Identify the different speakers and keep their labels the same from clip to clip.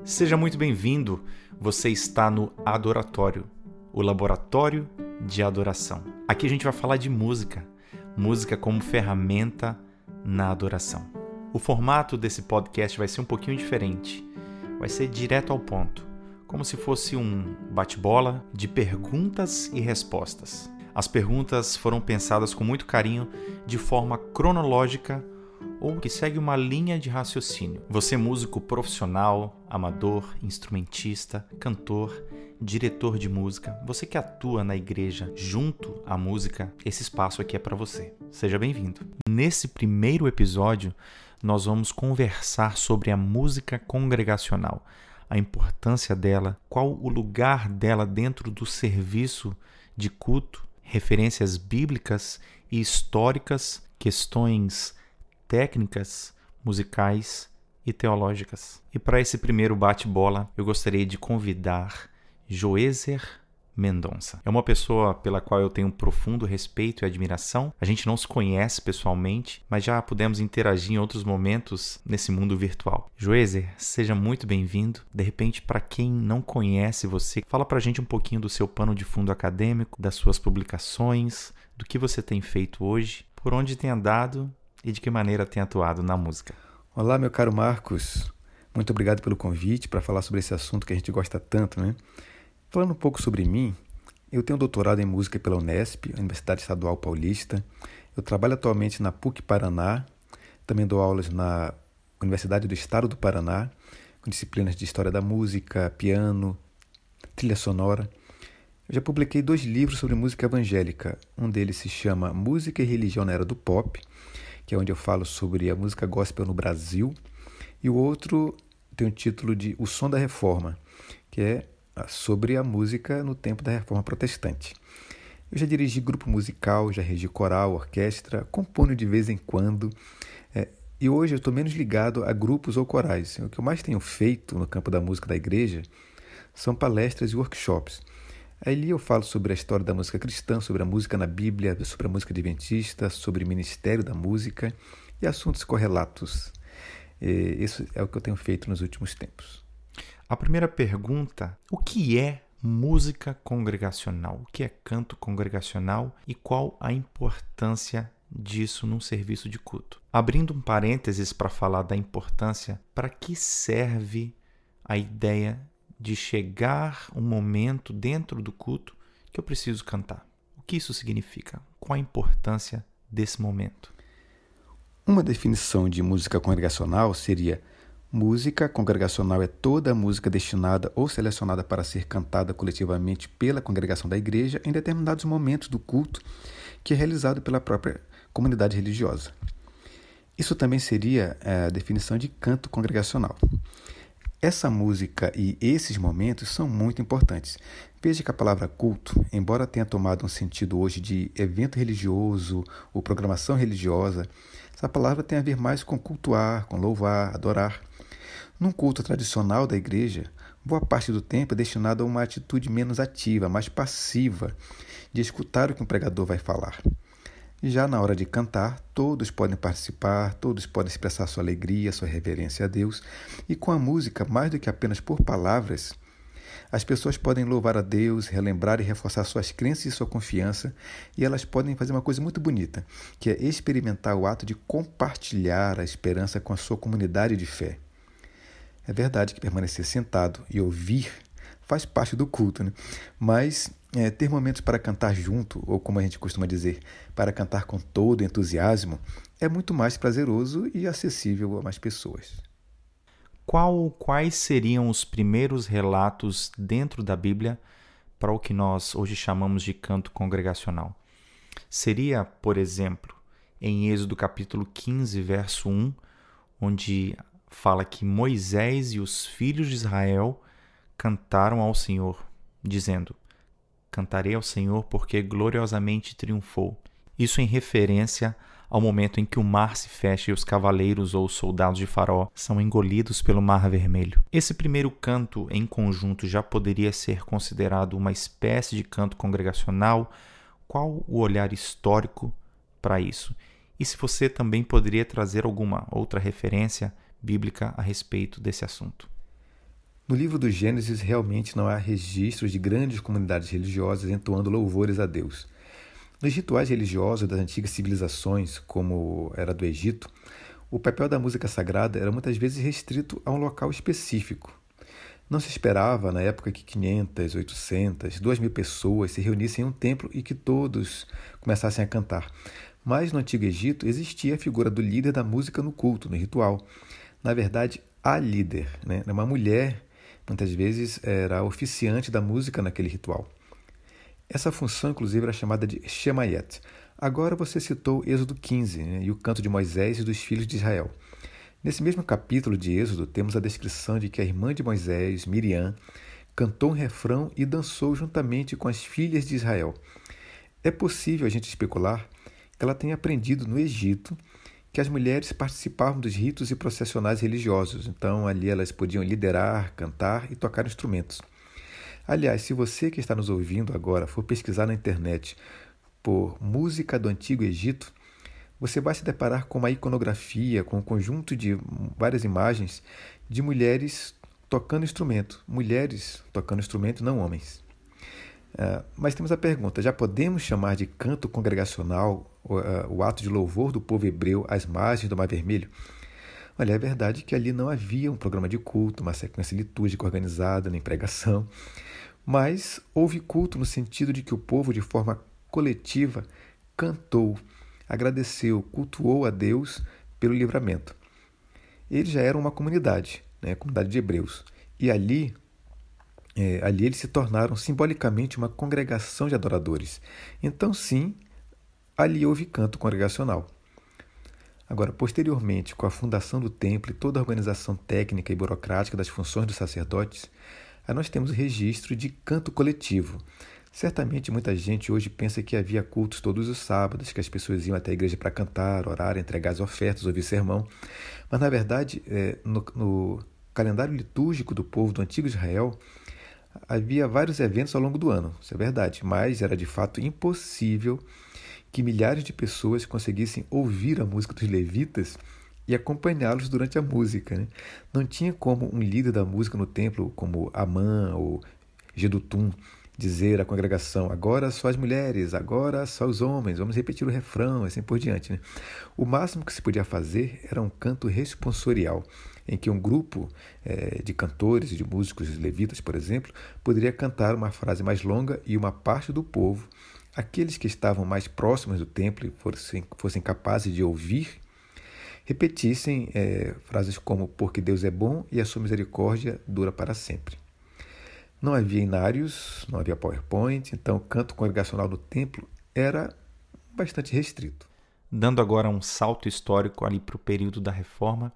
Speaker 1: Seja muito bem-vindo. Você está no Adoratório, o laboratório de adoração. Aqui a gente vai falar de música como ferramenta na adoração. O formato desse podcast vai ser um pouquinho diferente. Vai ser direto ao ponto, como se fosse um bate-bola de perguntas e respostas. As perguntas foram pensadas com muito carinho, de forma cronológica ou que segue uma linha de raciocínio. Você, músico profissional, amador, instrumentista, cantor, diretor de música, você que atua na igreja junto à música, esse espaço aqui é para você. Seja bem-vindo. Nesse primeiro episódio, nós vamos conversar sobre a música congregacional, a importância dela, qual o lugar dela dentro do serviço de culto, referências bíblicas e históricas, questões técnicas, musicais e teológicas. E para esse primeiro bate-bola, eu gostaria de convidar Joézer Mendonça. É uma pessoa pela qual eu tenho um profundo respeito e admiração. A gente não se conhece pessoalmente, mas já pudemos interagir em outros momentos nesse mundo virtual. Joézer, seja muito bem-vindo. De repente, para quem não conhece você, fala para a gente um pouquinho do seu pano de fundo acadêmico, das suas publicações, do que você tem feito hoje, por onde tem andado e de que maneira tem atuado na música.
Speaker 2: Olá, meu caro Marcos. Muito obrigado pelo convite para falar sobre esse assunto que a gente gosta tanto, né? Falando um pouco sobre mim, eu tenho doutorado em música pela Unesp, Universidade Estadual Paulista. Eu trabalho atualmente na PUC Paraná, também dou aulas na Universidade do Estado do Paraná, com disciplinas de História da Música, piano, trilha sonora. Eu já publiquei 2 livros sobre música evangélica. Um deles se chama Música e Religião na Era do Pop, que é onde eu falo sobre a música gospel no Brasil, e o outro tem o título de O Som da Reforma, que é sobre a música no tempo da Reforma Protestante. Eu já dirigi grupo musical, já regi coral, orquestra, componho de vez em quando, e hoje eu estou menos ligado a grupos ou corais. O que eu mais tenho feito no campo da música da igreja são palestras e workshops. Ali eu falo sobre a história da música cristã, sobre a música na Bíblia, sobre a música adventista, sobre o ministério da música e assuntos correlatos. Isso é o que eu tenho feito nos últimos tempos.
Speaker 1: A primeira pergunta: o que é música congregacional? O que é canto congregacional e qual a importância disso num serviço de culto? Abrindo um parênteses para falar da importância, para que serve a ideia de chegar um momento dentro do culto que eu preciso cantar? O que isso significa? Qual a importância desse momento?
Speaker 2: Uma definição de música congregacional seria: música congregacional é toda a música destinada ou selecionada para ser cantada coletivamente pela congregação da igreja em determinados momentos do culto, que é realizado pela própria comunidade religiosa. Isso também seria a definição de canto congregacional. Essa música e esses momentos são muito importantes. Veja que a palavra culto, embora tenha tomado um sentido hoje de evento religioso ou programação religiosa, essa palavra tem a ver mais com cultuar, com louvar, adorar. Num culto tradicional da igreja, boa parte do tempo é destinado a uma atitude menos ativa, mais passiva, de escutar o que um pregador vai falar. Já na hora de cantar, todos podem participar, todos podem expressar sua alegria, sua reverência a Deus. E com a música, mais do que apenas por palavras, as pessoas podem louvar a Deus, relembrar e reforçar suas crenças e sua confiança, e elas podem fazer uma coisa muito bonita, que é experimentar o ato de compartilhar a esperança com a sua comunidade de fé. É verdade que permanecer sentado e ouvir faz parte do culto, né? Mas ter momentos para cantar junto, ou como a gente costuma dizer, para cantar com todo entusiasmo, é muito mais prazeroso e acessível a mais pessoas.
Speaker 1: Quais seriam os primeiros relatos dentro da Bíblia para o que nós hoje chamamos de canto congregacional? Seria, por exemplo, em Êxodo capítulo 15, verso 1, onde fala que Moisés e os filhos de Israel cantaram ao Senhor, dizendo: cantarei ao Senhor porque gloriosamente triunfou. Isso em referência ao momento em que o mar se fecha e os cavaleiros ou soldados de Faraó são engolidos pelo Mar Vermelho. Esse primeiro canto em conjunto já poderia ser considerado uma espécie de canto congregacional? Qual o olhar histórico para isso? E se você também poderia trazer alguma outra referência bíblica a respeito desse assunto?
Speaker 2: No livro do Gênesis, realmente não há registros de grandes comunidades religiosas entoando louvores a Deus. Nos rituais religiosos das antigas civilizações, como era do Egito, o papel da música sagrada era muitas vezes restrito a um local específico. Não se esperava, na época, que 500, 800, 2.000 pessoas se reunissem em um templo e que todos começassem a cantar. Mas no Antigo Egito existia a figura do líder da música no culto, no ritual. Na verdade, a líder, né? Uma mulher, muitas vezes, era a oficiante da música naquele ritual. Essa função, inclusive, era chamada de Shemayet. Agora você citou Êxodo 15, né? E o canto de Moisés e dos filhos de Israel. Nesse mesmo capítulo de Êxodo, temos a descrição de que a irmã de Moisés, Miriam, cantou um refrão e dançou juntamente com as filhas de Israel. É possível a gente especular que ela tenha aprendido no Egito que as mulheres participavam dos ritos e processionais religiosos, então ali elas podiam liderar, cantar e tocar instrumentos. Aliás, se você que está nos ouvindo agora for pesquisar na internet por música do Antigo Egito, você vai se deparar com uma iconografia, com um conjunto de várias imagens de mulheres tocando instrumento. Mulheres tocando instrumento, não homens. Mas temos a pergunta, já podemos chamar de canto congregacional o ato de louvor do povo hebreu às margens do Mar Vermelho? Olha, é verdade que ali não havia um programa de culto, uma sequência litúrgica organizada, nem pregação, mas houve culto no sentido de que o povo, de forma coletiva, cantou, agradeceu, cultuou a Deus pelo livramento. Eles já eram uma comunidade, né, a comunidade de hebreus, e ali eles se tornaram simbolicamente uma congregação de adoradores. Então, sim, ali houve canto congregacional. Agora, posteriormente, com a fundação do templo e toda a organização técnica e burocrática das funções dos sacerdotes, aí nós temos o registro de canto coletivo. Certamente muita gente hoje pensa que havia cultos todos os sábados, que as pessoas iam até a igreja para cantar, orar, entregar as ofertas, ouvir sermão. Mas, na verdade, no calendário litúrgico do povo do Antigo Israel, havia vários eventos ao longo do ano, isso é verdade, mas era de fato impossível que milhares de pessoas conseguissem ouvir a música dos levitas e acompanhá-los durante a música, né? Não tinha como um líder da música no templo, como Amã ou Gedutum, dizer à congregação, agora só as mulheres, agora só os homens, vamos repetir o refrão, assim por diante, né? O máximo que se podia fazer era um canto responsorial, em que um grupo de cantores e de músicos levitas, por exemplo, poderia cantar uma frase mais longa e uma parte do povo, aqueles que estavam mais próximos do templo e fossem capazes de ouvir, repetissem frases como porque Deus é bom e a sua misericórdia dura para sempre. Não havia inários, não havia PowerPoint, então o canto congregacional no templo era bastante restrito.
Speaker 1: Dando agora um salto histórico ali para o período da Reforma,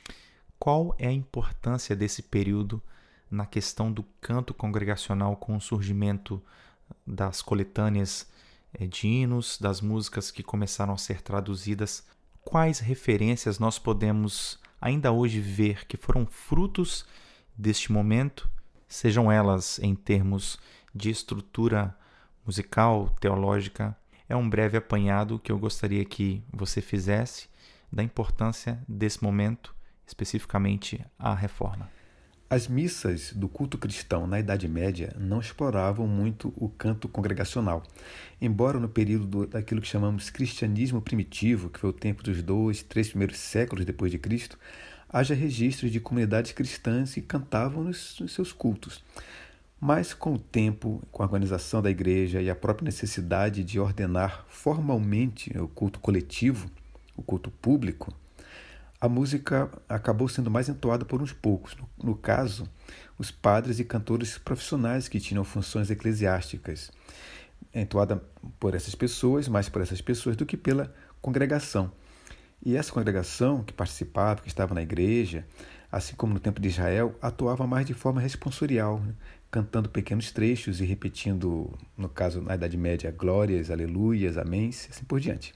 Speaker 1: qual é a importância desse período na questão do canto congregacional com o surgimento das coletâneas de hinos, das músicas que começaram a ser traduzidas? Quais referências nós podemos ainda hoje ver que foram frutos deste momento, sejam elas em termos de estrutura musical, teológica? É um breve apanhado que eu gostaria que você fizesse da importância desse momento, especificamente a Reforma.
Speaker 2: As missas do culto cristão na Idade Média não exploravam muito o canto congregacional, embora no período daquilo que chamamos cristianismo primitivo, que foi o tempo dos 2, 3 primeiros séculos depois de Cristo, haja registros de comunidades cristãs que cantavam nos seus cultos. Mas com o tempo, com a organização da igreja e a própria necessidade de ordenar formalmente o culto coletivo, o culto público, a música acabou sendo mais entoada por uns poucos, no caso, os padres e cantores profissionais que tinham funções eclesiásticas, entoada por essas pessoas, mais por essas pessoas do que pela congregação. E essa congregação que participava, que estava na igreja, assim como no tempo de Israel, atuava mais de forma responsorial, né? Cantando pequenos trechos e repetindo, no caso, na Idade Média, glórias, aleluias, améns, assim por diante.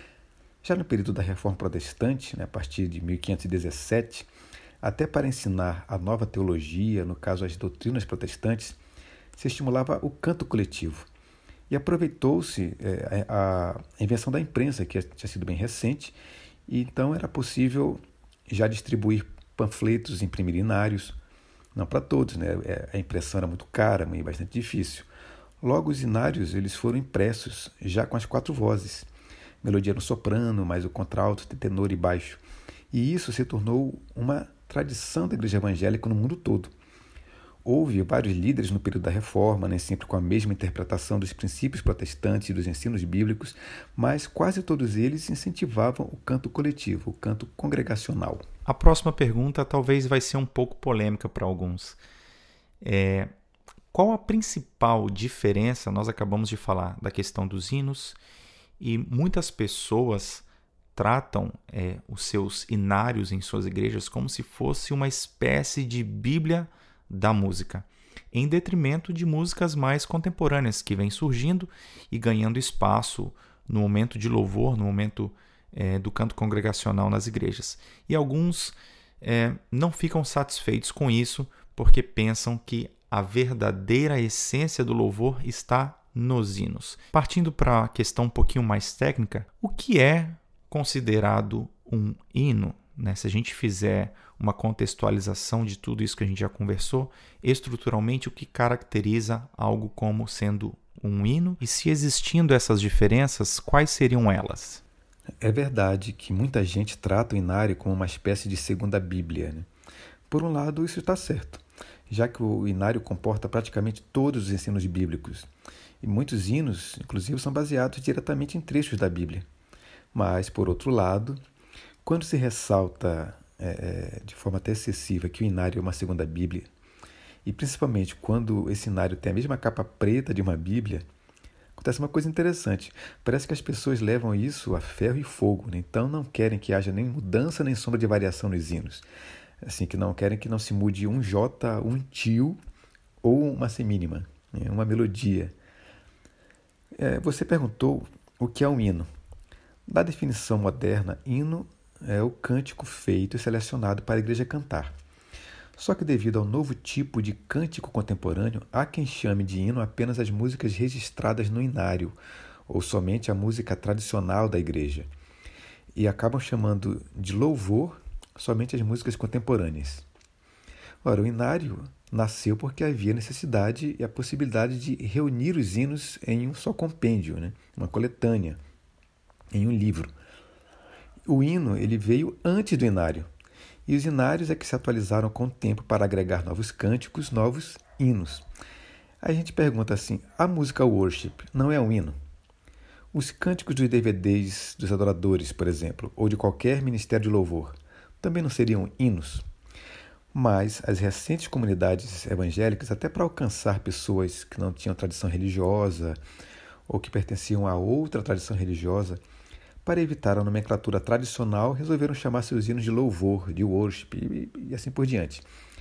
Speaker 2: Já no período da Reforma Protestante, né, a partir de 1517, até para ensinar a nova teologia, no caso as doutrinas protestantes, se estimulava o canto coletivo. E aproveitou-se a invenção da imprensa, que tinha sido bem recente, e então era possível já distribuir panfletos, imprimir inários. Não para todos, né? A impressão era muito cara e bastante difícil. Logo, os inários eles foram impressos já com as 4 vozes. Melodia no soprano, mais o contralto, tenor e baixo. E isso se tornou uma tradição da igreja evangélica no mundo todo. Houve vários líderes no período da Reforma, nem sempre com a mesma interpretação dos princípios protestantes e dos ensinos bíblicos, mas quase todos eles incentivavam o canto coletivo, o canto congregacional.
Speaker 1: A próxima pergunta talvez vai ser um pouco polêmica para alguns. Qual a principal diferença? Nós acabamos de falar da questão dos hinos e muitas pessoas tratam os seus inários em suas igrejas como se fosse uma espécie de Bíblia da música, em detrimento de músicas mais contemporâneas que vêm surgindo e ganhando espaço no momento de louvor, no momento do canto congregacional nas igrejas. E alguns não ficam satisfeitos com isso porque pensam que a verdadeira essência do louvor está nos hinos. Partindo para a questão um pouquinho mais técnica, o que é considerado um hino? Se a gente fizer uma contextualização de tudo isso que a gente já conversou, estruturalmente o que caracteriza algo como sendo um hino? E se existindo essas diferenças, quais seriam elas?
Speaker 2: É verdade que muita gente trata o inário como uma espécie de segunda Bíblia, né? Por um lado, isso está certo, já que o inário comporta praticamente todos os ensinos bíblicos. E muitos hinos, inclusive, são baseados diretamente em trechos da Bíblia. Mas, por outro lado, quando se ressalta de forma até excessiva que o inário é uma segunda Bíblia, e principalmente quando esse inário tem a mesma capa preta de uma Bíblia, acontece uma coisa interessante. Parece que as pessoas levam isso a ferro e fogo, né? Então não querem que haja nem mudança nem sombra de variação nos hinos. Assim, que não querem que não se mude um J, um tio ou uma semínima, né? Uma melodia. Você perguntou o que é um hino. Na definição moderna, hino é o cântico feito e selecionado para a igreja cantar. Só que devido ao novo tipo de cântico contemporâneo, há quem chame de hino apenas as músicas registradas no inário, ou somente a música tradicional da igreja. E acabam chamando de louvor somente as músicas contemporâneas. Ora, o inário nasceu porque havia necessidade e a possibilidade de reunir os hinos em um só compêndio, né? Uma coletânea, em um livro. O hino ele veio antes do inário, e os inários é que se atualizaram com o tempo para agregar novos cânticos, novos hinos. Aí a gente pergunta assim, a música worship não é um hino? Os cânticos dos DVDs dos adoradores, por exemplo, ou de qualquer ministério de louvor, também não seriam hinos? Mas as recentes comunidades evangélicas, até para alcançar pessoas que não tinham tradição religiosa ou que pertenciam a outra tradição religiosa, para evitar a nomenclatura tradicional, resolveram chamar seus hinos de louvor, de worship e assim por diante.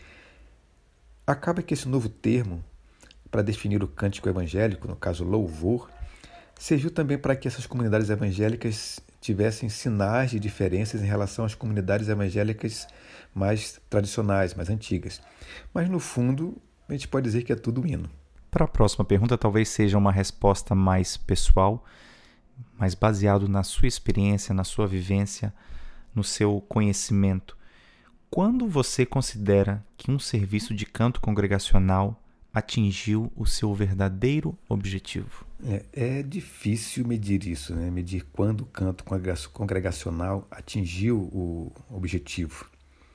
Speaker 2: Acaba que esse novo termo, para definir o cântico evangélico, no caso louvor, serviu também para que essas comunidades evangélicas tivessem sinais de diferenças em relação às comunidades evangélicas mais tradicionais, mais antigas. Mas, no fundo, a gente pode dizer que é tudo hino.
Speaker 1: Para a próxima pergunta, talvez seja uma resposta mais pessoal, mais baseado na sua experiência, na sua vivência, no seu conhecimento. Quando você considera que um serviço de canto congregacional atingiu o seu verdadeiro objetivo?
Speaker 2: É difícil medir isso, né? Medir quando o canto congregacional atingiu o objetivo.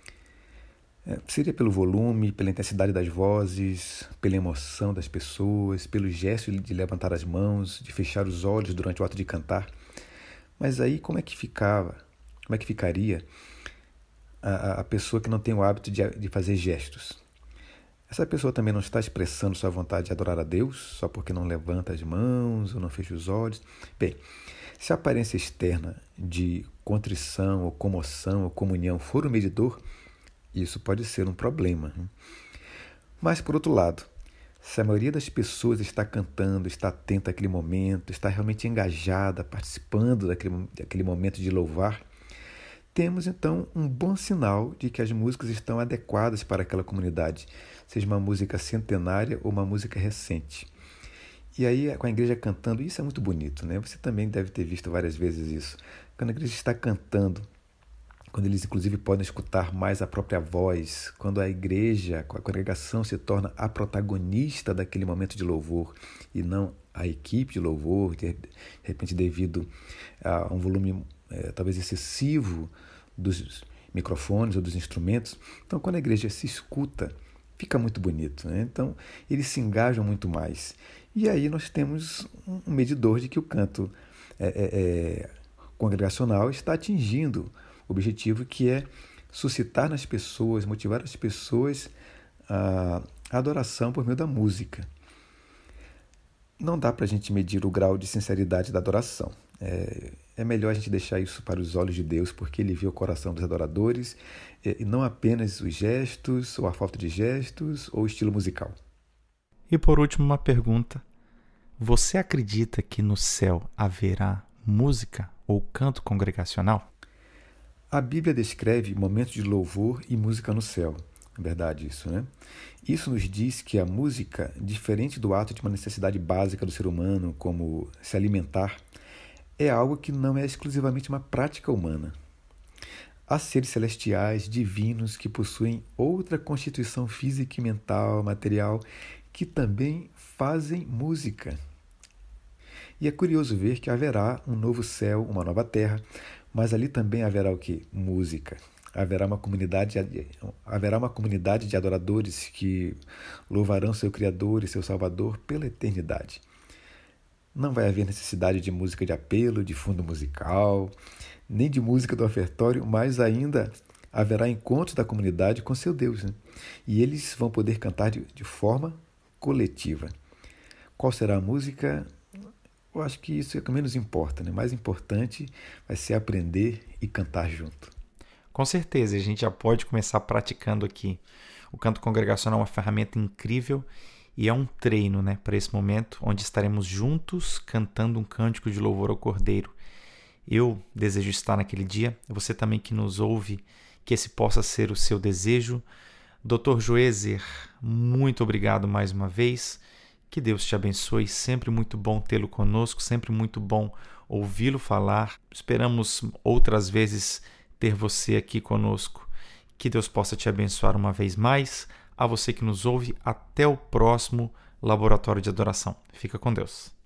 Speaker 2: Seria pelo volume, pela intensidade das vozes, pela emoção das pessoas, pelo gesto de levantar as mãos, de fechar os olhos durante o ato de cantar. Mas aí como é que ficaria a pessoa que não tem o hábito de fazer gestos? Essa pessoa também não está expressando sua vontade de adorar a Deus só porque não levanta as mãos ou não fecha os olhos? Bem, se a aparência externa de contrição ou comoção ou comunhão for o medidor, isso pode ser um problema. Mas, por outro lado, se a maioria das pessoas está cantando, está atenta àquele momento, está realmente engajada, participando daquele momento de louvar, temos então um bom sinal de que as músicas estão adequadas para aquela comunidade, seja uma música centenária ou uma música recente. E aí, com a igreja cantando, isso é muito bonito, né? Você também deve ter visto várias vezes isso. Quando a igreja está cantando quando eles inclusive podem escutar mais a própria voz, quando a igreja, a congregação se torna a protagonista daquele momento de louvor e não a equipe de louvor, de repente devido a um volume talvez excessivo dos microfones ou dos instrumentos. Então, quando a igreja se escuta, fica muito bonito, né? Então, eles se engajam muito mais. E aí nós temos um medidor de que o canto congregacional está atingindo o objetivo, que é suscitar nas pessoas, motivar as pessoas a adoração por meio da música. Não dá para a gente medir o grau de sinceridade da adoração. É melhor a gente deixar isso para os olhos de Deus, porque Ele vê o coração dos adoradores e não apenas os gestos, ou a falta de gestos, ou o estilo musical.
Speaker 1: E por último, uma pergunta. Você acredita que no céu haverá música ou canto congregacional?
Speaker 2: A Bíblia descreve momentos de louvor e música no céu. É verdade isso, né? Isso nos diz que a música, diferente do ato de uma necessidade básica do ser humano, como se alimentar, é algo que não é exclusivamente uma prática humana. Há seres celestiais, divinos, que possuem outra constituição física e mental, material, que também fazem música. E é curioso ver que haverá um novo céu, uma nova terra, mas ali também haverá o quê? Música. Haverá uma comunidade de adoradores que louvarão seu Criador e seu Salvador pela eternidade. Não vai haver necessidade de música de apelo, de fundo musical, nem de música do ofertório, mas ainda haverá encontros da comunidade com seu Deus, né? E eles vão poder cantar de forma coletiva. Qual será a música? Eu acho que isso é o que menos importa, né? Mais importante vai ser aprender e cantar junto.
Speaker 1: Com certeza, a gente já pode começar praticando aqui. O canto congregacional é uma ferramenta incrível e é um treino, né, para esse momento, onde estaremos juntos cantando um cântico de louvor ao Cordeiro. Eu desejo estar naquele dia, você também que nos ouve, que esse possa ser o seu desejo. Dr. Joezer, muito obrigado mais uma vez. Que Deus te abençoe, sempre muito bom tê-lo conosco, sempre muito bom ouvi-lo falar. Esperamos outras vezes ter você aqui conosco. Que Deus possa te abençoar uma vez mais. A você que nos ouve, até o próximo Laboratório de Adoração. Fica com Deus.